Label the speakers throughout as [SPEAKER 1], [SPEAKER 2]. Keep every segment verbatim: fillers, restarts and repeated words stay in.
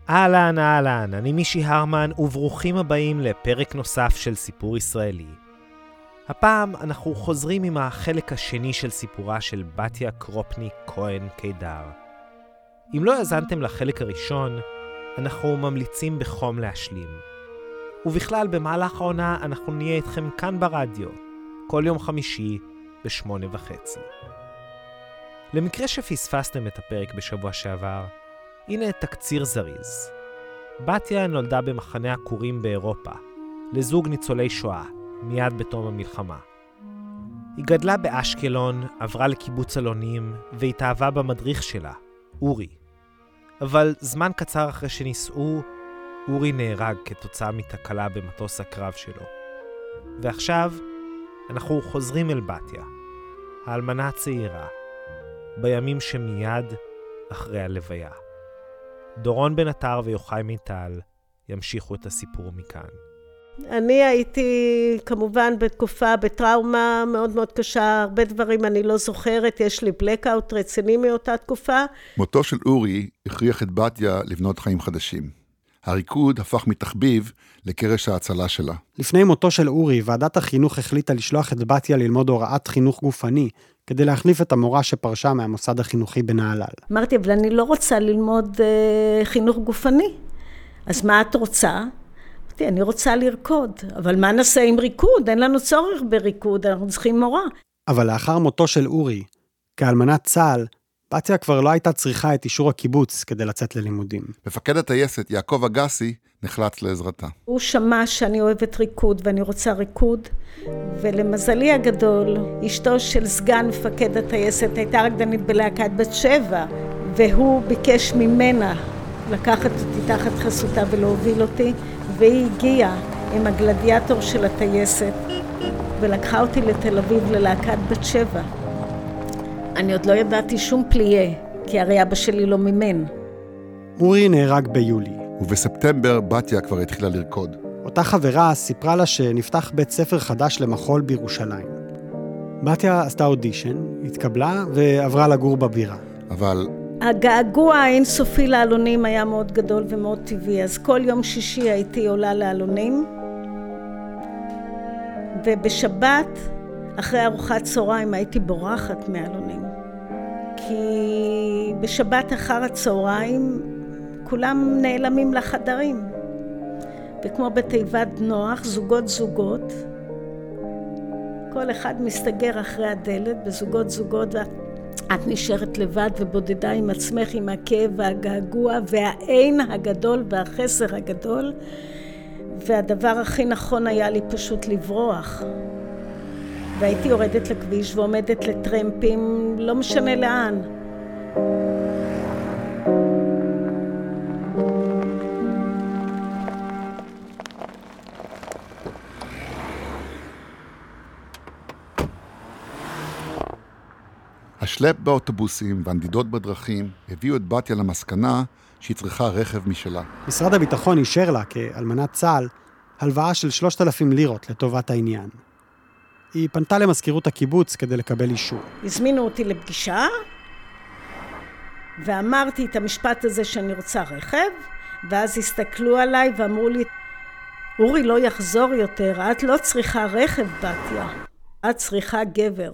[SPEAKER 1] אהלן, אהלן, אני מישי הרמן, וברוכים הבאים לפרק נוסף של סיפור ישראלי. הפעם אנחנו חוזרים עם החלק השני של סיפורה של בתיה קרופניק כהן קידר. אם לא האזנתם לחלק הראשון, אנחנו ממליצים בחום להשלים. ובכלל, במהלך העונה אנחנו נהיה איתכם כאן ברדיו, כל יום חמישי בשמונה וחצי. למקרה שפספסתם את הפרק בשבוע שעבר, הנה תקציר זריז. בתיה נולדה במחנה עקורים באירופה, לזוג ניצולי שואה, מיד בתום המלחמה. היא גדלה באשקלון, עברה לקיבוץ אלונים, והתאהבה במדריך שלה, אורי. אבל זמן קצר אחרי שנישאו, אורי נהרג כתוצאה מתקלה במטוס הקרב שלו. ועכשיו אנחנו חוזרים אל בתיה, האלמנה הצעירה, בימים שמיד אחרי הלוויה. דורון בן עטר ויוחאי מיטל ימשיכו את הסיפור מכאן.
[SPEAKER 2] אני הייתי כמובן בתקופה, בטראומה מאוד מאוד קשה, הרבה דברים אני לא זוכרת, יש לי בלקאוט רציני מאותה תקופה.
[SPEAKER 3] מותו של אורי הכריח את בתיה לבנות חיים חדשים. הריקוד הפך מתחביב לקרש ההצלה שלה.
[SPEAKER 4] לפני מותו של אורי, ועדת החינוך החליטה לשלוח את בתיה ללמוד הוראת חינוך גופני, כדי להחליף את המורה שפרשה מהמוסד החינוכי בנהלל.
[SPEAKER 2] אמרתי, אבל אני לא רוצה ללמוד אה, חינוך גופני. אז מה את רוצה? אמרתי, אני רוצה לרקוד. אבל מה נעשה עם ריקוד? אין לנו צורך בריקוד, אנחנו צריכים מורה.
[SPEAKER 4] אבל לאחר מותו של אורי, כאלמנת צה"ל, בתיה כבר לא הייתה צריכה את אישור הקיבוץ כדי לצאת ללימודים.
[SPEAKER 3] מפקד הטייסת יעקב אגסי נחלץ לעזרתה.
[SPEAKER 2] הוא שמע שאני אוהבת ריקוד ואני רוצה ריקוד, ולמזלי הגדול, אשתו של סגן מפקד הטייסת הייתה רקדנית בלהקת בת שבע, והוא ביקש ממנה לקחת אותי תחת חסותה ולהוביל אותי, והיא הגיעה עם הגלדיאטור של הטייסת, ולקחה אותי לתל אביב ללהקת בת שבע. אני עוד לא ידעתי שום פליה, כי הרי אבא שלי לא מימן.
[SPEAKER 4] אורי נהרג ביולי.
[SPEAKER 3] ובספטמבר בתיה כבר התחילה לרקוד.
[SPEAKER 4] אותה חברה סיפרה לה שנפתח בית ספר חדש למחול בירושלים. בתיה עשתה אודישן, התקבלה ועברה לגור בבירה.
[SPEAKER 3] אבל
[SPEAKER 2] הגעגוע האינסופי לאלונים היה מאוד גדול ומאוד טבעי, אז כל יום שישי הייתי עולה לאלונים, ובשבת, אחרי ארוחת צהריים, הייתי בורחת מאלונים. כי בשבת אחר הצהריים, כולם נעלמים לחדרים. וכמו בתיבת נוח, זוגות זוגות, כל אחד מסתגר אחרי הדלת, בזוגות זוגות, ואת נשארת לבד ובודדה עם עצמך, עם הכאב והגעגוע, והאין הגדול והחסר הגדול. והדבר הכי נכון היה לי פשוט לברוח. והייתי יורדת לכביש ועומדת לטרמפים, לא משנה לאן.
[SPEAKER 3] השלפ באוטובוסים והנדידות בדרכים הביאו את בתיה למסקנה שהיא צריכה רכב משלה.
[SPEAKER 4] משרד הביטחון אישר לה כאלמנת צה"ל הלוואה של שלושת אלפים לירות לטובת העניין. היא פנתה למזכירות הקיבוץ כדי לקבל אישור.
[SPEAKER 2] הזמינו אותי לפגישה, ואמרתי את המשפט הזה שאני רוצה רכב, ואז הסתכלו עליי ואמרו לי, אורי לא יחזור יותר, את לא צריכה רכב בתיה, את צריכה גבר.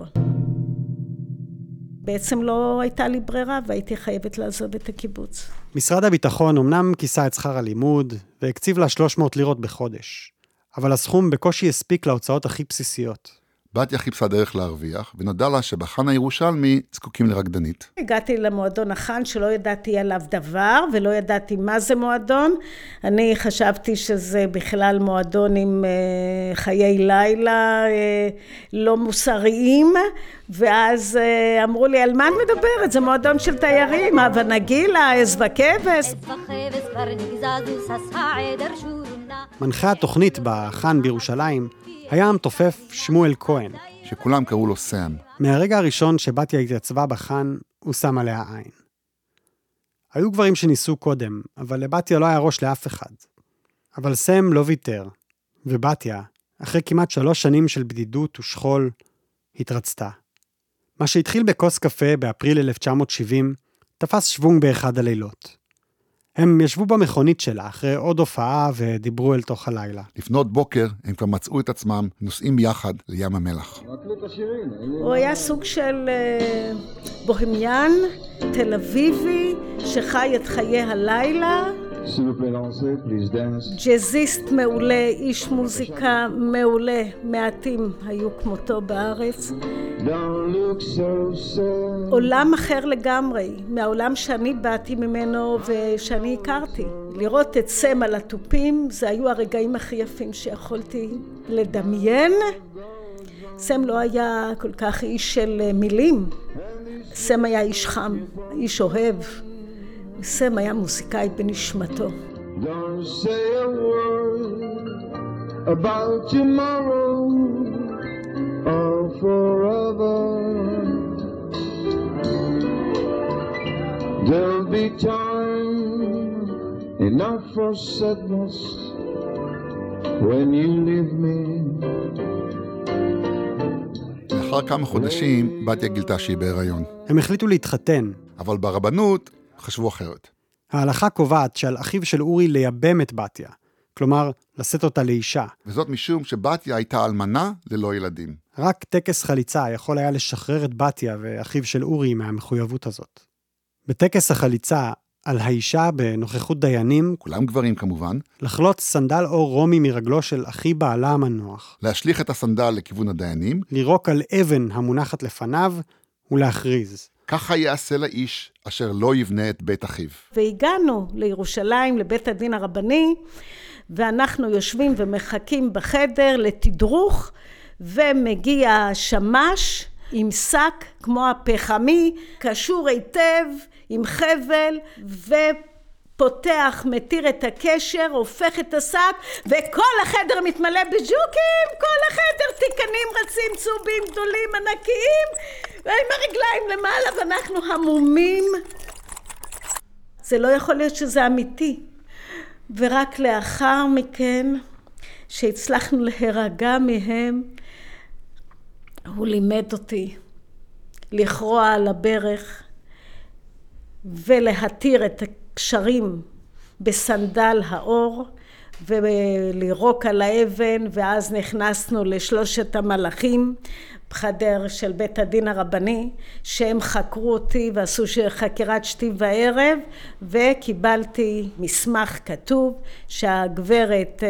[SPEAKER 2] בעצם לא הייתה לי ברירה והייתי חייבת לעזוב את הקיבוץ.
[SPEAKER 4] משרד הביטחון אמנם כיסה את שכר הלימוד והקציב לה שלוש מאות לירות בחודש, אבל הסכום בקושי הספיק להוצאות הכי בסיסיות.
[SPEAKER 3] בתיה חיפשה דרך להרוויח, ונודע לה שבחן הירושלמי זקוקים לרקדנית.
[SPEAKER 2] הגעתי למועדון החן שלא ידעתי עליו דבר, ולא ידעתי מה זה מועדון. אני חשבתי שזה בכלל מועדון עם אה, חיי לילה, אה, לא מוסריים, ואז אה, אמרו לי, על מה את מדברת? זה מועדון של תיירים, הווה נגילה, עזבא כבש.
[SPEAKER 4] מנחה התוכנית בחן בירושלים, היה המתופף שמואל כהן.
[SPEAKER 3] שכולם קראו לו סם.
[SPEAKER 4] מהרגע הראשון שבתיה התייצבה בחן, הוא שם עליה עין. היו גברים שניסו קודם, אבל לבתיה לא היה ראש לאף אחד. אבל סם לא ויתר, ובתיה, אחרי כמעט שלוש שנים של בדידות ושכול, התרצתה. מה שהתחיל בכוס קפה באפריל אלף תשע מאות שבעים, תפס שוונג באחד הלילות. הם ישבו במכונית שלה אחרי עוד הופעה ודיברו אל תוך הלילה.
[SPEAKER 3] לפנות בוקר הם כבר מצאו את עצמם נוסעים יחד לים המלח.
[SPEAKER 2] הוא היה סוג של uh, בוהמיין, תל אביבי, שחי את חיי הלילה. ג'אזיסט מעולה, איש מוזיקה מעולה, מעטים היו כמותו בארץ. עולם אחר לגמרי, מהעולם שאני באתי ממנו ושאני הכרתי. לראות את סם על הטופים, זה היו הרגעים הכי יפים שיכולתי לדמיין. סם לא היה כל כך איש של מילים, סם היה איש חם, איש אוהב. סם היה מוזיקאי בנשמתו.
[SPEAKER 5] Don't say a word about tomorrow or forever. There'll be time enough for sadness when you leave me.
[SPEAKER 3] לאחר כמה חודשים, בתיה גילתה שהיא בהיריון.
[SPEAKER 4] הם החליטו להתחתן.
[SPEAKER 3] אבל ברבנות חשבו אחרת.
[SPEAKER 4] ההלכה קובעת שעל אחיו של אורי לייבם את בתיה, כלומר, לשאת אותה לאישה.
[SPEAKER 3] וזאת משום שבתיה הייתה אלמנה ללא ילדים.
[SPEAKER 4] רק טקס חליצה יכול היה לשחרר את בתיה ואחיו של אורי מהמחויבות הזאת. בטקס החליצה, על האישה בנוכחות דיינים,
[SPEAKER 3] כולם גברים כמובן,
[SPEAKER 4] לחלוץ סנדל אור רומי מרגלו של אחי בעלה המנוח.
[SPEAKER 3] להשליך את הסנדל לכיוון הדיינים,
[SPEAKER 4] לירוק על אבן המונחת לפניו ולהכריז.
[SPEAKER 3] ככה יעשה לאיש אשר לא יבנה את בית אחיו.
[SPEAKER 2] והגענו לירושלים, לבית הדין הרבני, ואנחנו יושבים ומחכים בחדר לתדרוך, ומגיע שמש עם שק כמו הפחמי, קשור היטב עם חבל, ופותח, מתיר את הקשר, הופך את השק, וכל החדר מתמלא בג'וקים, כל החדר תיקנים רצים צהובים גדולים ענקיים, ועם הרגליים למעלה, ואנחנו המומים. זה לא יכול להיות שזה אמיתי. ורק לאחר מכן, שהצלחנו להירגע מהם, הוא לימד אותי לכרוע על הברך, ולהתיר את הקשרים בסנדל האור, ולירוק על האבן, ואז נכנסנו לשלושת המלאכים, בחדר של בית הדין הרבני, שהם חקרו אותי ועשו חקירת שתי וערב, וקיבלתי מסמך כתוב שהגברת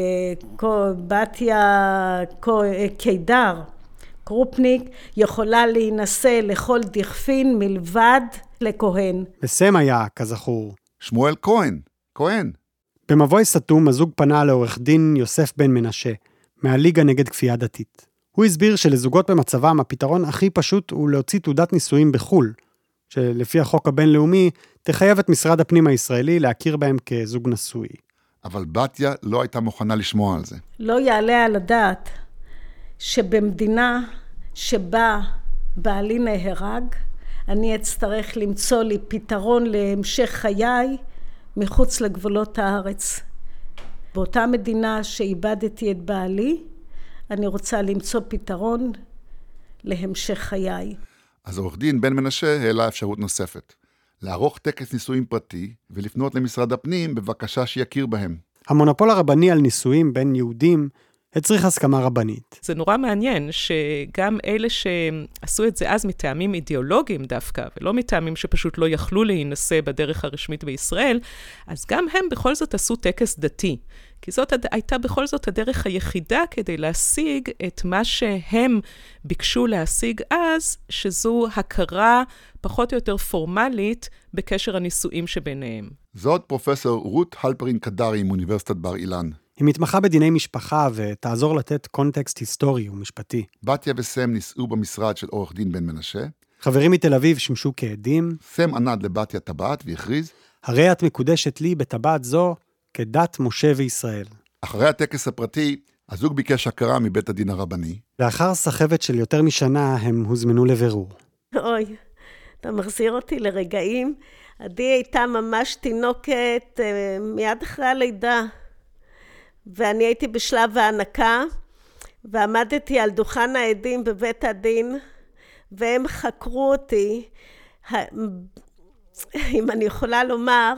[SPEAKER 2] בתיה קידר, קרופניק, יכולה להינשא לכל דכפין מלבד לכהן.
[SPEAKER 4] וסם היה, כזכור,
[SPEAKER 3] שמואל כהן, כהן.
[SPEAKER 4] במבוי סתום הזוג פנה לעורך דין יוסף בן מנשה, מהליגה נגד כפייה דתית. הוא הסביר שלזוגות במצבם הפתרון הכי פשוט הוא להוציא תעודת נישואים בחול, שלפי החוק הבינלאומי תחייב את משרד הפנים הישראלי להכיר בהם כזוג נשוי.
[SPEAKER 3] אבל בתיה לא הייתה מוכנה לשמוע על זה.
[SPEAKER 2] לא יעלה על הדעת שבמדינה שבה בעלי נהרג, אני אצטרך למצוא לי פתרון להמשך חיי מחוץ לגבולות הארץ. באותה מדינה שאיבדתי את בעלי, אני רוצה למצוא פתרון להמשך חיי.
[SPEAKER 3] אז עורך דין בן מנשה העלה אפשרות נוספת, לערוך טקס נישואים פרטי ולפנות למשרד הפנים בבקשה שיכיר בהם.
[SPEAKER 4] המונופול הרבני על נישואים בין יהודים הצריך הסכמה רבנית.
[SPEAKER 6] זה נורא מעניין שגם אלה שעשו את זה אז מטעמים אידיאולוגיים דווקא, ולא מטעמים שפשוט לא יכלו להינשא בדרך הרשמית בישראל, אז גם הם בכל זאת עשו טקס דתי. כי זאת הייתה בכל זאת הדרך היחידה כדי להשיג את מה שהם ביקשו להשיג אז, שזו הכרה פחות או יותר פורמלית בקשר הנישואים שביניהם.
[SPEAKER 3] זאת פרופסור רות הלפרין קדרי מאוניברסיטת בר אילן.
[SPEAKER 4] היא מתמחה בדיני משפחה ותעזור לתת קונטקסט היסטורי ומשפטי.
[SPEAKER 3] בתיה וסם נישאו במשרד של עורך דין בן מנשה.
[SPEAKER 4] חברים מתל אביב שימשו כעדים.
[SPEAKER 3] סם ענד לבתיה טבעת והכריז,
[SPEAKER 4] הרי את מקודשת לי בטבעת זו כדת משה וישראל.
[SPEAKER 3] אחרי הטקס הפרטי, הזוג ביקש הכרה מבית הדין הרבני.
[SPEAKER 4] לאחר סחבת של יותר משנה הם הוזמנו לבירור.
[SPEAKER 2] אוי, אתה מחזיר אותי לרגעים. עדי הייתה ממש תינוקת מיד אחרי הלידה. ואני הייתי בשלב ההנקה, ועמדתי על דוכן העדים בבית הדין, והם חקרו אותי, אם אני יכולה לומר,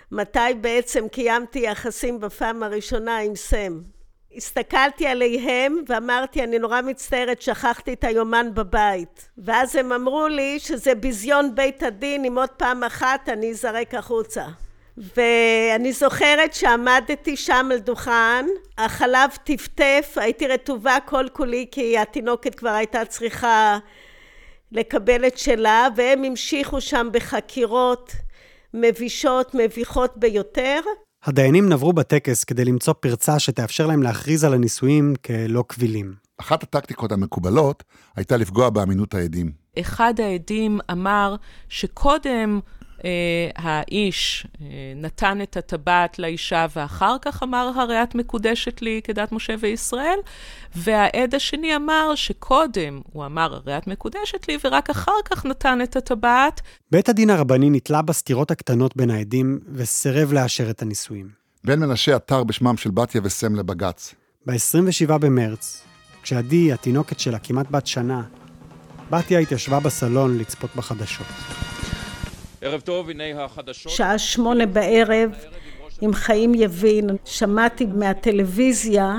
[SPEAKER 2] מתי בעצם קיימתי יחסים בפעם הראשונה עם סם. הסתכלתי עליהם ואמרתי, אני נורא מצטערת, שכחתי את היומן בבית. ואז הם אמרו לי שזה ביזיון בית הדין, אם עוד פעם אחת אני אזרק החוצה. ואני זוכרת שעמדתי שם על דוכן, החלב טפטף, הייתי רטובה כל כולי, כי התינוקת כבר הייתה צריכה לקבל את שלה, והם המשיכו שם בחקירות מבישות, מביכות ביותר.
[SPEAKER 4] הדיינים נברו בטקס כדי למצוא פרצה שתאפשר להם להכריז על הנישואים כלא קבילים.
[SPEAKER 3] אחת הטקטיקות המקובלות הייתה לפגוע באמינות העדים.
[SPEAKER 6] אחד העדים אמר שקודם אה, האיש אה, נתן את הטבעת לאישה, ואחר כך אמר, הרי את מקודשת לי כדת משה וישראל, והעד השני אמר שקודם הוא אמר, הרי את מקודשת לי, ורק אחר כך נתן את הטבעת.
[SPEAKER 4] בית הדין הרבני נתלה בסתירות הקטנות בין העדים, וסירב לאשר את הנישואים.
[SPEAKER 3] בן מנשה עתר בשמם של בתיה וסם לבגץ.
[SPEAKER 4] ב-עשרים ושבעה במרץ, כשעדי, התינוקת שלה כמעט בת שנה, בתיה התיישבה בסלון לצפות בחדשות.
[SPEAKER 7] ערב טוב, הנה החדשות.
[SPEAKER 2] שעה שמונה בערב, עם חיים יבין, שמעתי מהטלוויזיה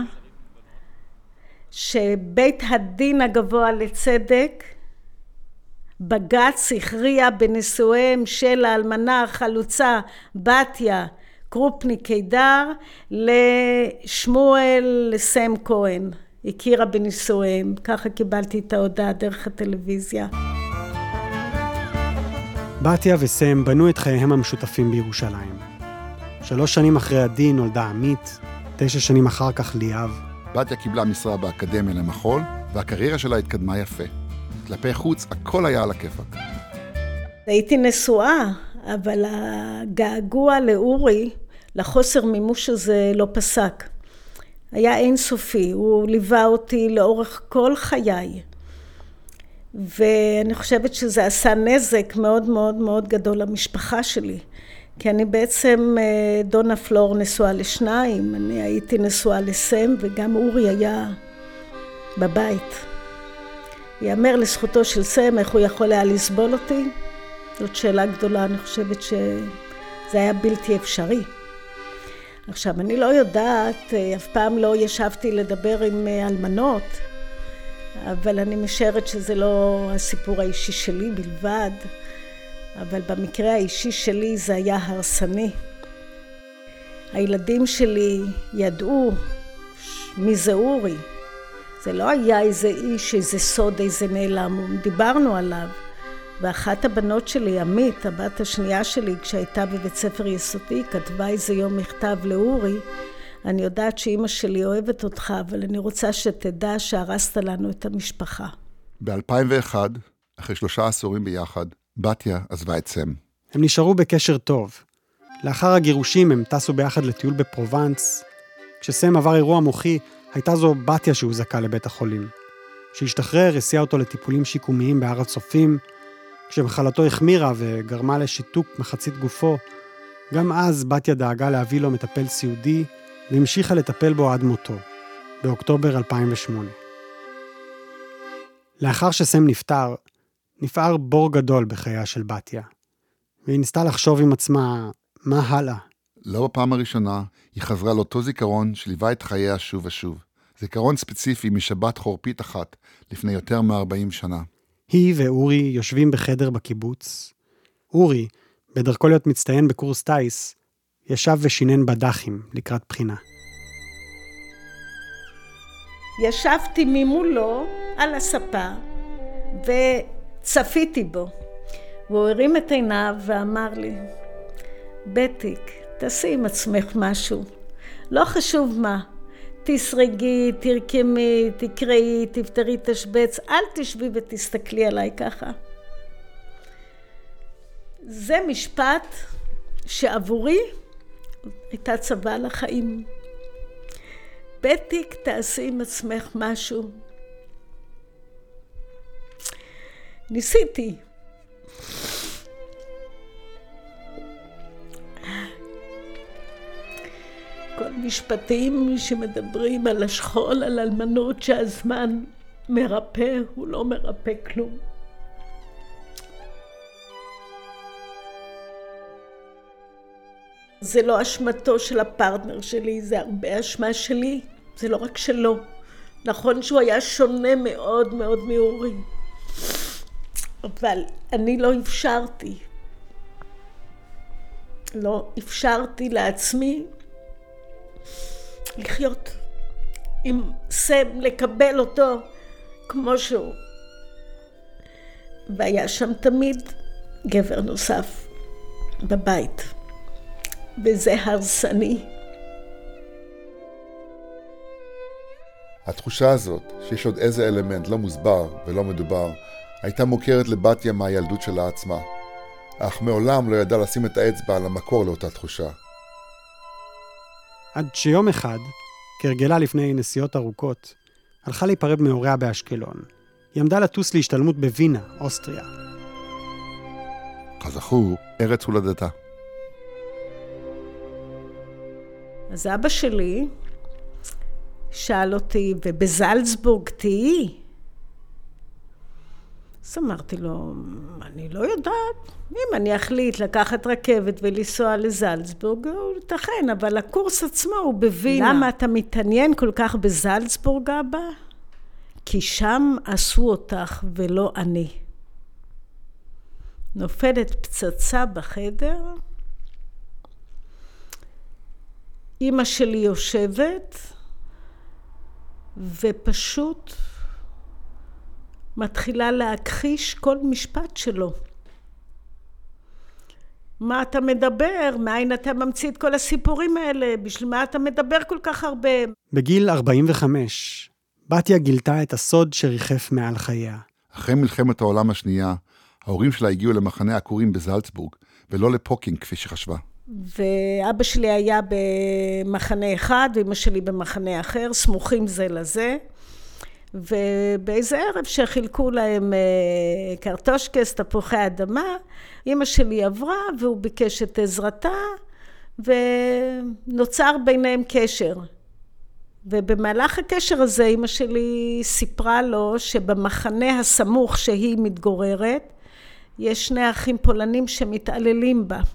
[SPEAKER 2] שבית הדין הגבוה לצדק, בג"ץ הכריע בנישואיהם של האלמנה החלוצה בתיה קרופניק קידר לשמואל סם כהן. הכירה בנישואיהם, ככה קיבלתי את ההודעה דרך הטלוויזיה.
[SPEAKER 4] בתיה וסם בנו את חייהם המשותפים בירושלים. שלוש שנים אחרי עדי נולדה עמית, תשע שנים אחר כך ליאב.
[SPEAKER 3] בתיה קיבלה משרה באקדמיה למחול, והקריירה שלה התקדמה יפה. כלפי חוץ, הכל היה על הכיפק.
[SPEAKER 2] הייתי נשואה, אבל הגעגוע לאורי, לחוסר מימוש הזה לא פסק. היה אינסופי, הוא ליווה אותי לאורך כל חיי. ואני חושבת שזה עשה נזק מאוד מאוד מאוד גדול למשפחה שלי. כי אני בעצם, דונה פלור נשואה לשניים, אני הייתי נשואה לסם, וגם אורי היה בבית. יאמר לזכותו של סם, איך הוא יכול היה לסבול אותי? זאת שאלה גדולה, אני חושבת שזה היה בלתי אפשרי. עכשיו, אני לא יודעת, אף פעם לא ישבתי לדבר עם אלמנות, אבל אני משערת שזה לא הסיפור האישי שלי בלבד, אבל במקרה האישי שלי זה היה הרסני. הילדים שלי ידעו מי זה אורי. זה לא היה איזה איש, איזה סוד, איזה נעלם, דיברנו עליו. ואחת הבנות שלי, עמית, הבת השנייה שלי, כשהייתה בבית ספר יסודי, כתבה איזה יום מכתב לאורי, אני יודעת שאמא שלי אוהבת אותך, אבל אני רוצה שתדע שהרסת לנו את המשפחה.
[SPEAKER 3] ב-אלפיים ואחת, אחרי שלושה עשורים ביחד, בתיה עזבה את סם.
[SPEAKER 4] הם נשארו בקשר טוב. לאחר הגירושים הם טסו ביחד לטיול בפרובנס. כשסם עבר אירוע מוחי, הייתה זו בתיה שהוא זכה לבית החולים. כשהשתחרר, הסיע אותו לטיפולים שיקומיים בהר הצופים. כשמחלתו החמירה וגרמה לשיתוק מחצית גופו, גם אז בתיה דאגה להביא לו מטפל סיעודי, והמשיכה לטפל בו עד מותו, באוקטובר אלפיים ושמונה. לאחר שסם נפטר, נפער בור גדול בחייה של בתיה, והיא ניסתה לחשוב עם עצמה מה הלאה.
[SPEAKER 3] לא בפעם הראשונה, היא חזרה לאותו זיכרון שליווה את חייה שוב ושוב. זיכרון ספציפי משבת חורפית אחת, לפני יותר מ-ארבעים שנה.
[SPEAKER 4] היא ואורי יושבים בחדר בקיבוץ. אורי, בדרכו להיות מצטיין בקורס טייס, ישב ושינן בדחים לקראת בחינה.
[SPEAKER 2] ישבתי ממולו על הספה וצפיתי בו. והוא הרים את עיניו ואמר לי, בטיק, תעשי עם עצמך משהו. לא חשוב מה. תסרגי, תרקמי, תקראי, תפתרי, תשבץ, אל תשבי ותסתכלי עליי ככה. זה משפט שעבורי הייתה צבא לחיים. בטיק, תעשי עם עצמך משהו. ניסיתי. כל משפטים שמדברים על השכול, על אלמנות, שהזמן מרפא, הוא לא מרפא כלום. זה לא אשמתו של הפרטנר שלי, זה הרבה אשמה שלי, זה לא רק שלו. נכון שהוא היה שונה מאוד מאוד מאורי, אבל אני לא אפשרתי. לא אפשרתי לעצמי לחיות עם סם, לקבל אותו כמו שהוא. והיה שם תמיד גבר נוסף בבית, וזה הרסני.
[SPEAKER 3] התחושה הזאת שיש עוד איזה אלמנט לא מוסבר ולא מדובר, הייתה מוכרת לבתיה מהילדות שלה עצמה, אך מעולם לא ידע לשים את האצבע על המקור לאותה תחושה.
[SPEAKER 4] עד שיום אחד, כרגלה לפני נסיעות ארוכות, הלכה להיפרד מהוריה באשקלון. היא עמדה לטוס להשתלמות בווינה, אוסטריה.
[SPEAKER 3] כזכור, ארץ הולדתה.
[SPEAKER 2] אז אבא שלי שאל אותי, ובזלצבורג תהיי? אז אמרתי לו, אני לא יודעת. אם אני אחליט לקחת רכבת ולנסוע לזלצבורג, הוא תכן, אבל הקורס עצמו הוא בווינה. למה אתה מתעניין כל כך בזלצבורג, אבא? כי שם עשו אותך ולא אני. נופלת פצצה בחדר, אמא שלי יושבת, ופשוט מתחילה להכחיש כל משפט שלו. מה אתה מדבר? מאין אתה ממציא את כל הסיפורים האלה? בשביל מה אתה מדבר כל כך הרבה?
[SPEAKER 4] בגיל ארבעים וחמש, בתיה גילתה את הסוד שריחף מעל חייה.
[SPEAKER 3] אחרי מלחמת העולם השנייה, ההורים שלה הגיעו למחנה עקורים בזלצבורג, ולא לפוקינג כפי שחשבה.
[SPEAKER 2] ואבא שלי היה במחנה אחד, ואמא שלי במחנה אחר, סמוכים זה לזה. ובאיזה ערב שחילקו להם קרטושקס, תפוחי אדמה, אמא שלי עברה והוא ביקש את עזרתה, ונוצר ביניהם קשר. ובמהלך הקשר הזה אמא שלי סיפרה לו שבמחנה הסמוך שהיא מתגוררת, יש שני אחים פולנים שמתעללים בה.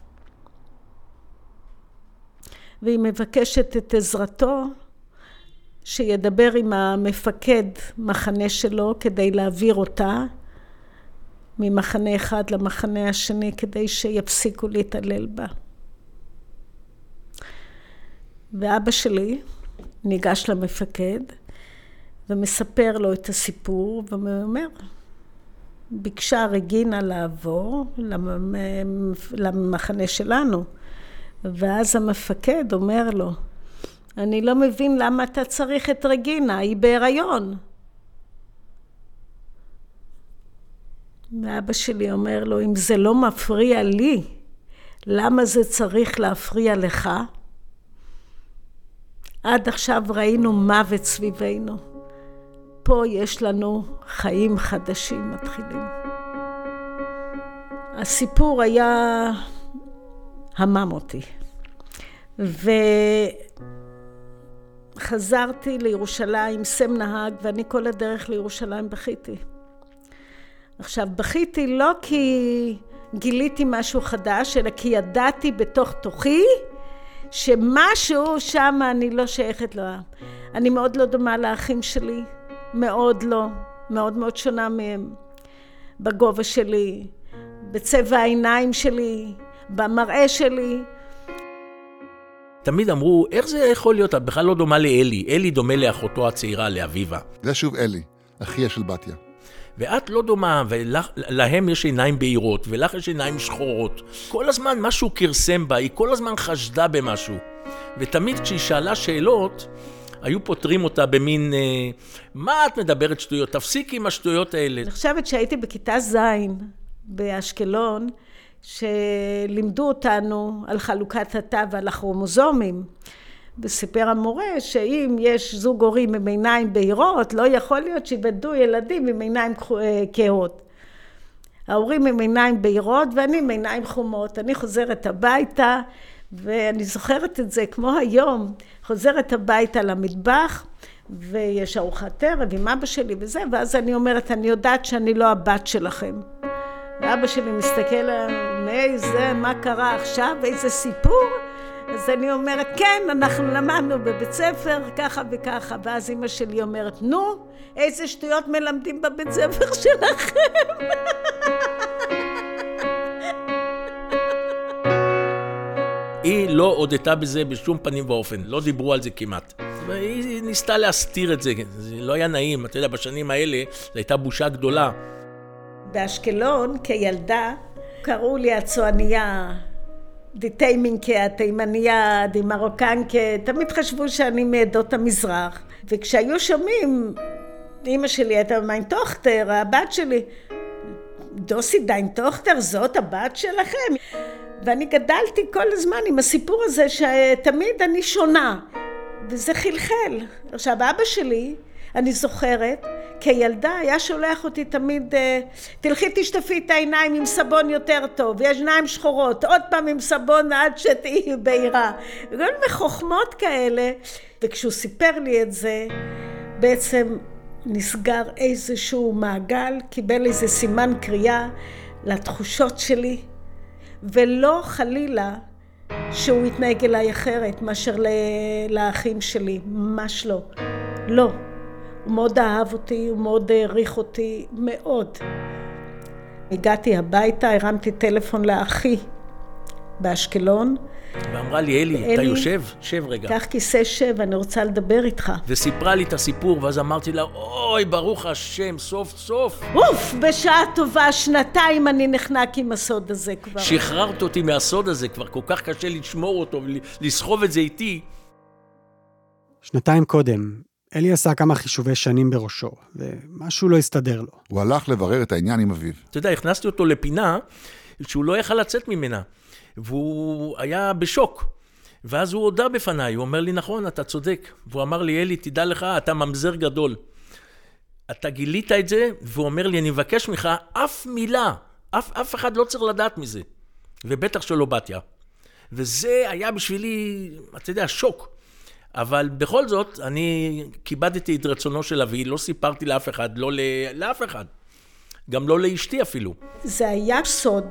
[SPEAKER 2] והיא מבקשת את עזרתו, שידבר עם המפקד מחנה שלו כדי להעביר אותה ממחנה אחד למחנה השני, כדי שיפסיקו להתעלל בה. ואבא שלי ניגש למפקד ומספר לו את הסיפור, ואומר, ביקשה רגינה לעבור למחנה שלנו. ואז המפקד אומר לו, אני לא מבין למה אתה צריך את רגינה, היא בהיריון. ואבא שלי אומר לו, אם זה לא מפריע לי, למה זה צריך להפריע לך? עד עכשיו ראינו מוות סביבנו. פה יש לנו חיים חדשים מתחילים. הסיפור היה המם אותי. וחזרתי לירושלים, סם נהג, ואני כל הדרך לירושלים בכיתי. עכשיו, בכיתי לא כי גיליתי משהו חדש, אלא כי ידעתי בתוך תוכי, שמשהו שם אני לא שייכת לו. אני מאוד לא דומה לאחים שלי, מאוד לא, מאוד מאוד שונה מהם. בגובה שלי, בצבע העיניים שלי, במראה שלי.
[SPEAKER 8] תמיד אמרו, איך זה יכול להיות? את בכלל לא דומה לאלי. אלי דומה לאחותו הצעירה, לאביבה.
[SPEAKER 3] זה שוב אלי, אחיה של בתיה.
[SPEAKER 8] ואת לא דומה, ולהם יש עיניים בהירות, ולך יש עיניים שחורות. כל הזמן משהו קרסם בה, היא כל הזמן חשדה במשהו. ותמיד כשהיא שאלה שאלות, היו פותרים אותה במין, אה, מה את מדברת שטויות? תפסיקי עם השטויות האלה.
[SPEAKER 2] אני חושבת שהייתי בכיתה זין באשקלון, שלימדו אותנו על חלוקת התא ועל הכרומוזומים. וסיפר המורה שאם יש זוג הורים עם עיניים בהירות, לא יכול להיות שיבדו ילדים עם עיניים כהות. ההורים עם עיניים בהירות ואני עם עיניים חומות. אני חוזרת הביתה, ואני זוכרת את זה כמו היום, חוזרת הביתה למטבח, ויש ארוחת ערב עם אבא שלי וזה, ואז אני אומרת, אני יודעת שאני לא הבת שלכם. ואבא שלי מסתכל עליי, מי זה, מה קרה עכשיו, איזה סיפור? אז אני אומרת, כן, אנחנו למדנו בבית ספר, ככה וככה, ואז אמא שלי אומרת, נו, איזה שטויות מלמדים בבית ספר שלכם.
[SPEAKER 8] היא לא הודתה בזה בשום פנים ואופן, לא דיברו על זה כמעט. והיא ניסתה להסתיר את זה, זה לא היה נעים, אתה יודע, בשנים האלה זו הייתה בושה גדולה.
[SPEAKER 2] באשקלון, כילדה, קראו לי הצועניה, דיטיימינקה, התימניה, דימרוקנקה, תמיד חשבו שאני מעדות המזרח. וכשהיו שומעים, אמא שלי הייתה מיינטוכטר, הבת שלי, דוסי דיינטוכטר, זאת הבת שלכם. ואני גדלתי כל הזמן עם הסיפור הזה שתמיד אני שונה, וזה חלחל. עכשיו, אבא שלי, אני זוכרת, כילדה היה שולח אותי תמיד, תלכי תשטפי את העיניים עם סבון יותר טוב, יש עיניים שחורות, עוד פעם עם סבון עד שתהי בהירה. וכל מיני חוכמות כאלה, וכשהוא סיפר לי את זה, בעצם נסגר איזשהו מעגל, קיבל איזה סימן קריאה לתחושות שלי, ולא חלילה שהוא יתנהג אליי אחרת מאשר לאחים שלי, ממש לא. לא. הוא מאוד אהב אותי, הוא מאוד העריך אותי, מאוד. הגעתי הביתה, הרמתי טלפון לאחי באשקלון.
[SPEAKER 8] ואמרה לי, אלי, אתה יושב? שב רגע.
[SPEAKER 2] קח כיסא שב, אני רוצה לדבר איתך.
[SPEAKER 8] וסיפרה לי את הסיפור, ואז אמרתי לה, אוי, ברוך השם, סוף סוף.
[SPEAKER 2] אוף, בשעה טובה, שנתיים אני נחנק עם הסוד הזה כבר.
[SPEAKER 8] שחררת אותי מהסוד הזה, כבר כל כך קשה לשמור אותו ולסחוב את זה איתי.
[SPEAKER 4] שנתיים קודם, אלי עשה כמה חישובי שנים בראשו, ומשהו לא הסתדר לו.
[SPEAKER 3] הוא הלך לברר את העניין עם אביו.
[SPEAKER 8] אתה יודע, הכנסתי אותו לפינה שהוא לא יכל לצאת ממנה, והוא היה בשוק. ואז הוא הודע בפניי, הוא אומר לי, נכון, אתה צודק. והוא אמר לי, אלי, תדע לך, אתה ממזר גדול. אתה גילית את זה, והוא אומר לי, אני מבקש ממך, אף מילה, אף, אף אחד לא צריך לדעת מזה. ובטח שלא בתיה. וזה היה בשבילי, אתה יודע, שוק. אבל בכל זאת, אני כיבדתי את רצונו של אבי, לא סיפרתי לאף אחד, לא לאף אחד. גם לא לאשתי אפילו.
[SPEAKER 2] זה היה סוד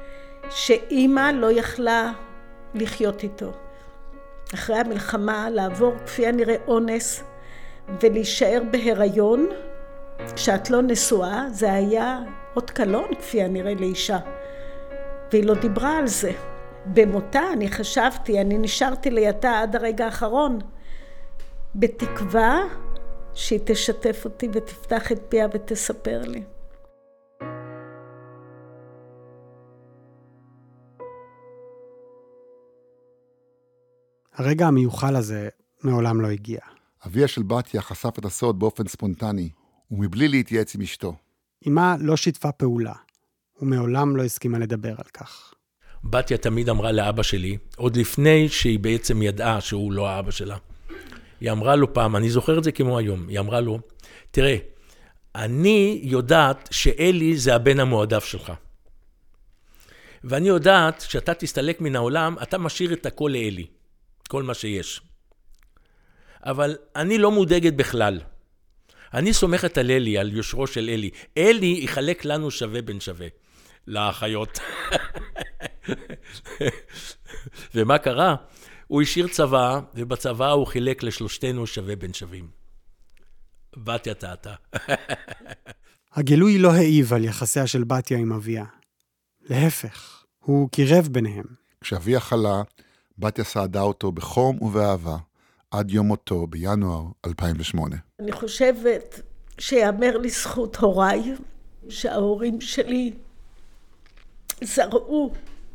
[SPEAKER 2] שאימא לא יכלה לחיות איתו. אחרי המלחמה, לעבור כפי הנראה אונס, ולהישאר בהיריון, כשאת לא נשואה, זה היה עוד קלון כפי הנראה לאישה. והיא לא דיברה על זה. במותה אני חשבתי, אני נשארתי לידה עד הרגע האחרון, בתקווה שהיא תשתף אותי ותפתח את פיה ותספר לי.
[SPEAKER 4] הרגע המיוחל הזה מעולם לא הגיע.
[SPEAKER 3] אביה של בתיה חשף את הסוד באופן ספונטני, ומבלי להתייעץ עם אשתו.
[SPEAKER 4] אמא לא שיתפה פעולה, ומעולם לא הסכימה לדבר על כך.
[SPEAKER 8] בתיה תמיד אמרה לאבא שלי, עוד לפני שהיא בעצם ידעה שהוא לא האבא שלה. היא אמרה לו פעם, אני זוכר את זה כמו היום, היא אמרה לו, תראה, אני יודעת שאלי זה הבן המועדף שלך. ואני יודעת שאתה תסתלק מן העולם, אתה משאיר את הכל לאלי, כל מה שיש. אבל אני לא מודאגת בכלל. אני סומכת על אלי, על יושרו של אלי. אלי יחלק לנו שווה בין שווה. לאחיות. ומה קרה? הוא השאיר צבא, ובצבא הוא חילק לשלושתנו שווה בין שווים. בתיה טעתה.
[SPEAKER 4] הגילוי לא העיב על יחסיה של בתיה עם אביה. להפך, הוא קירב ביניהם.
[SPEAKER 3] כשאביה חלה, בתיה סעדה אותו בחום ובאהבה, עד יום מותו בינואר אלפיים ושמונה.
[SPEAKER 2] אני חושבת שיאמר לזכות הוריי, שההורים שלי זרעו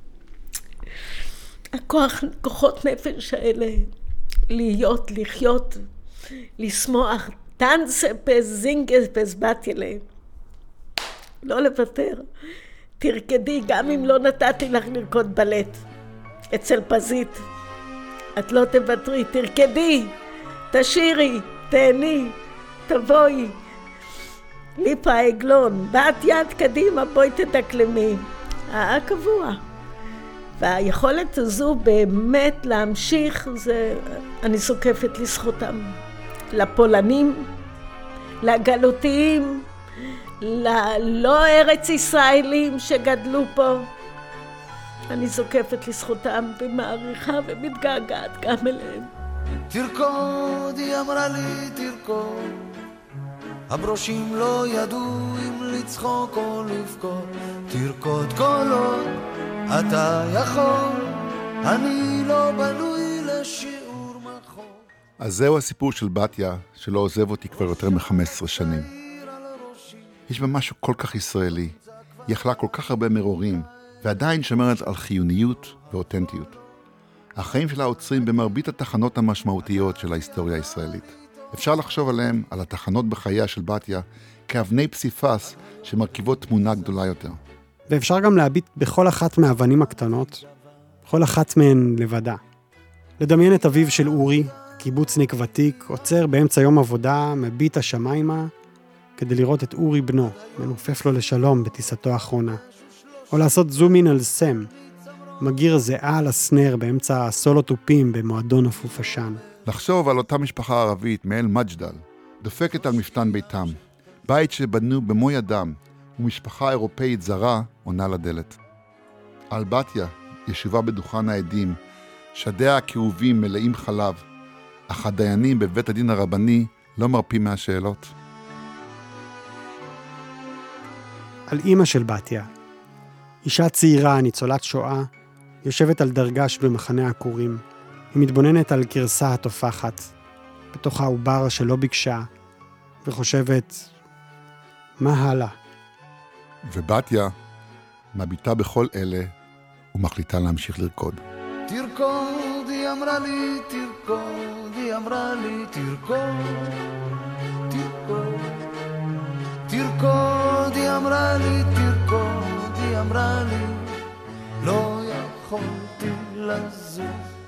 [SPEAKER 2] הכוח, כוחות נפש האלה, להיות, לחיות, לשמוח, טנספס, זינגספס, בתיה להם. לא לוותר. תרקדי, גם אם לא נתתי לך לרקוד בלט. אצל פזית. את לא תוותרי, תרקדי, תשירי, תהני, תבואי. ליפה העגלון, באת יד קדימה, בואי תדקלמי. הקבוע. והיכולת הזו באמת להמשיך, זה, אני סוקפת לזכותם. לפולנים, לגלותיים, ללא ארץ ישראלים שגדלו פה. אני זוקפת לזכותם ומעריכה ומתגעגעת גם אליהם.
[SPEAKER 9] תרקוד, היא אמרה לי תרקוד, הברושים לא ידעו אם לצחוק או לבכות. תרקוד כל עוד אתה יכול, אני לא בנוי לשיעור מחור.
[SPEAKER 3] אז זהו הסיפור של בתיה, שלא עוזב אותי כבר יותר מ-חמש עשרה שנים. יש בה משהו כל כך ישראלי, היא אכלה כל כך הרבה מרורים, ועדיין שומרת על חיוניות ואותנטיות. החיים שלה עוצרים במרבית התחנות המשמעותיות של ההיסטוריה הישראלית. אפשר לחשוב עליהם, על התחנות בחייה של בתיה, כאבני פסיפס שמרכיבות תמונה גדולה יותר.
[SPEAKER 4] ואפשר גם להביט בכל אחת מהאבנים הקטנות, כל אחת מהן לבדה. לדמיין את אביו של אורי, קיבוצניק ותיק, עוצר באמצע יום עבודה, מביט השמיימה, כדי לראות את אורי בנו, מנופף לו לשלום בטיסתו האחרונה. או לעשות זומין על סם, מגיר זהה על הסנר באמצע הסולו טופים במועדון אפופשן.
[SPEAKER 3] לחשוב על אותה משפחה ערבית מאל מג'דל, דופקת על מפתן ביתם, בית שבנו במו ידם, ומשפחה אירופאית זרה עונה לדלת. על בתיה, ישובה בדוכן העדים, שדיה הכאובים מלאים חלב, אך הדיינים בבית הדין הרבני לא מרפים מהשאלות.
[SPEAKER 4] על אמא של בתיה, אישה צעירה, ניצולת שואה, יושבת על דרגש במחנה העקורים. היא מתבוננת על קרסה התופחת, בתוך העובר שלא ביקשה, וחושבת, מה הלאה?
[SPEAKER 3] ובתיה מביטה בכל אלה ומחליטה להמשיך לרקוד.
[SPEAKER 9] תרקוד, היא אמרה לי תרקוד, היא אמרה לי תרקוד, תרקוד, תרקוד, היא אמרה לי תרקוד, היא אמרה לי לא יכולתי לזוז.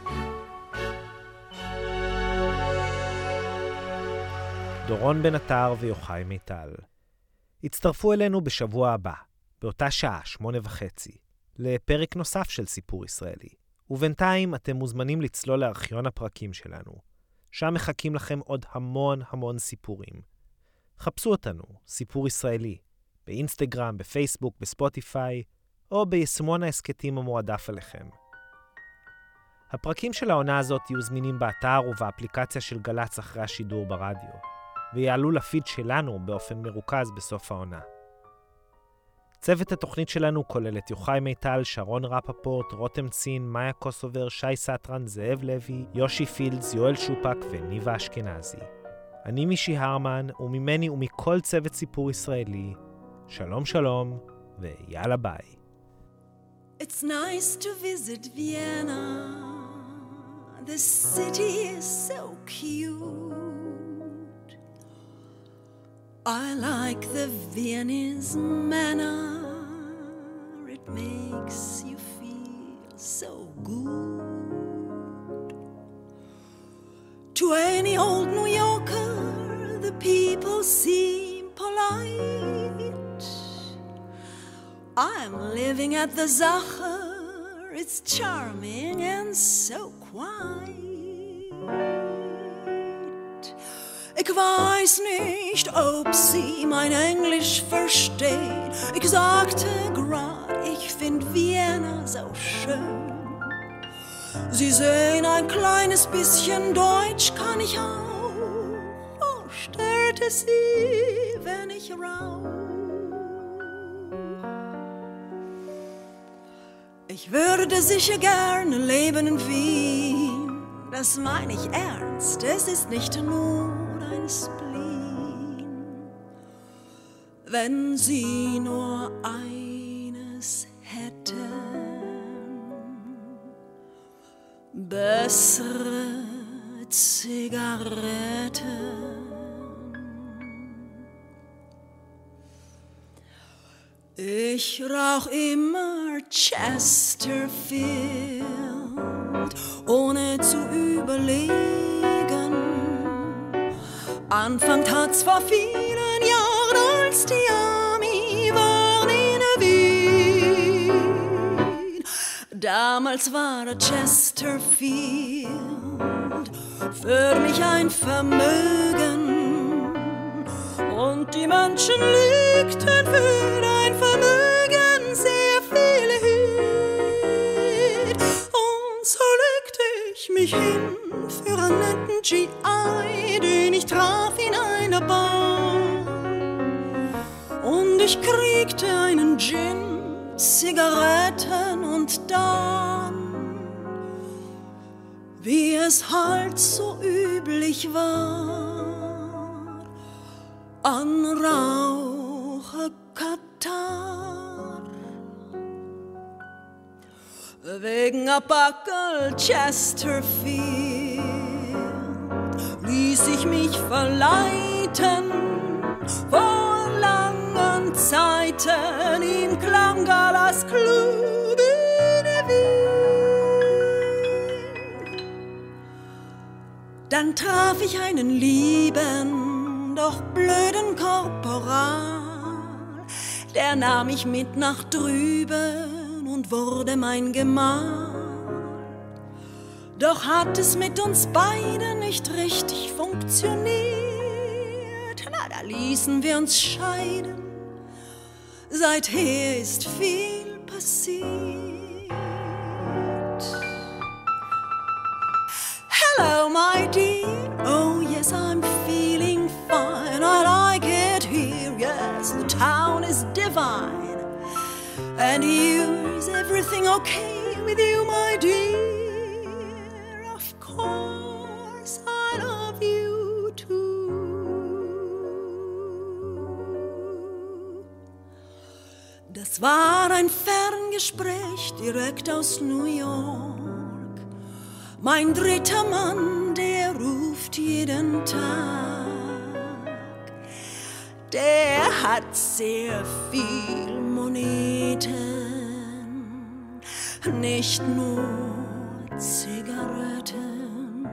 [SPEAKER 1] דורון בן עטר ויוחאי מיטל. הצטרפו אלינו בשבוע הבא, באותה שעה, שמונה וחצי, לפרק נוסף של סיפור ישראלי. ובינתיים אתם מוזמנים לצלול לארכיון הפרקים שלנו. שם מחכים לכם עוד המון המון סיפורים. חפשו אותנו, סיפור ישראלי, באינסטגרם, בפייסבוק, בספוטיפיי, או ביישומון העסקתים המועדף עליכם. הפרקים של העונה הזאת יהיו זמינים באתר ובאפליקציה של גלץ אחרי השידור ברדיו, ויעלו לפיד שלנו באופן מרוכז בסוף העונה. צוות התוכנית שלנו כולל את יוחאי מיטל, שרון רפפורט, רותם צין, מאיה קוסובר, שי סטרן, זאב לוי, יושי פילדס, יואל שופק וניבה אשכנזי. אני מישי הרמן, וממני ומכל צוות סיפור ישראלי, שלום שלום, ויאללה ביי.
[SPEAKER 10] It's nice to visit Vienna. The city is so cute. I like the Viennese manner. It makes you feel so good. To any old New Yorker, the people seem polite. I'm living at the Sacher. It's charming and so quiet. Ich weiß nicht, ob Sie mein Englisch verstehen. Ich sagte grad, ich find Vienna so schön. Sie sehen, ein kleines bisschen Deutsch kann ich auch. Oh, stört es Sie, wenn ich rauch? Ich würde sicher gerne leben in Wien. Das meine ich ernst, es ist nicht nur ein Spleen. Wenn Sie nur eines hätten, bessere Zigaretten. Ich rauch immer Chesterfield, ohne zu überlegen. Anfang hat's vor vielen Jahren, als die Army waren in Wien. Damals war der Chesterfield für mich ein Vermögen. Und die Menschen legten für ein Vermögen sehr viele hin. ich hin für einen netten G I, den ich traf in einer Bar. Und ich kriegte einen Gin, Zigaretten und dann, wie es halt so üblich war, an Raucherkatar. Wegen a Backel Chesterfield ließ ich mich verleiten vor langen Zeiten im Klanggalas Club in Wien. Dann traf ich einen lieben, doch blöden Korporal, der nahm mich mit nach drüben und wurde mein Gemahl. Doch hat es mit uns beiden nicht richtig funktioniert. Na, da ließen wir uns scheiden. Seither ist viel passiert. Hello, my dear. Oh, yes, I'm feeling fine. I like it here. Yes, the town is divine. And you, is everything okay with you, my dear? Of course, I love you too. Das war ein Ferngespräch direkt aus New York. Mein dritter Mann, der ruft jeden Tag. Der hat sehr viel Moneten, nicht nur Zigaretten.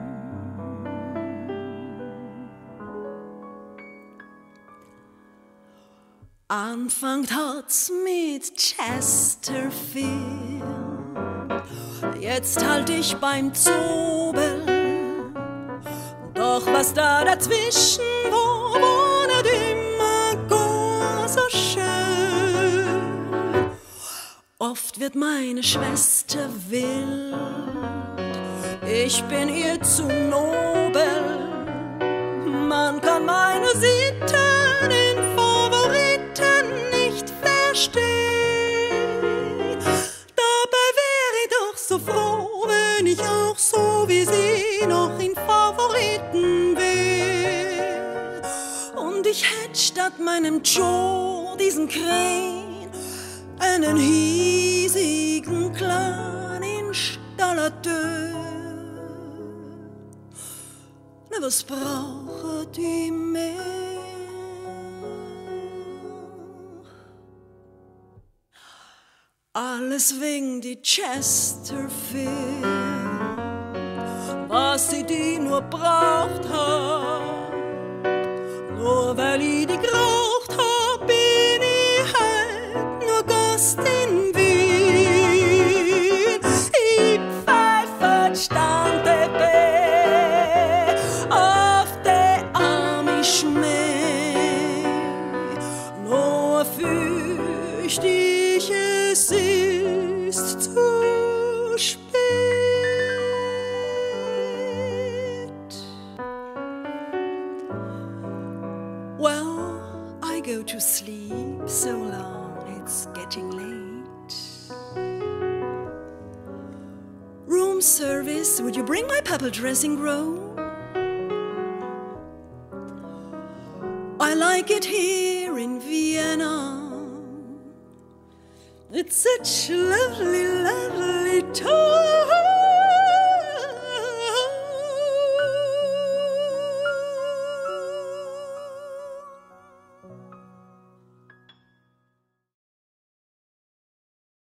[SPEAKER 10] Anfangt hat's mit Chesterfield, jetzt halt ich beim Zobel. Doch was da dazwischen war, war nicht immer gar so schön. Oft wird meine Schwester wild, ich bin ihr zu nobel. Man kann meine Sitten in Favoriten nicht verstehen. Dabei wäre ich doch so froh, wenn ich auch so wie sie noch in Favoriten wäre. Und ich hätte statt meinem Joe, diesen Krähen, einen hiesigen kleinen Installateur. Na, was braucht die mehr? Alles wegen die Chesterfield, was sie die nur braucht hat. Nur weil ich die geraucht hab, bin ich halt nur Gast in Wien. Ich pfeife Standepe auf der Amish-Mee. Nur fürcht ich, es ist zu spät. Well, I go to sleep so long, it's getting late. Room service, would you bring my purple dressing robe? I like it here in Vienna. It's such a lovely, lovely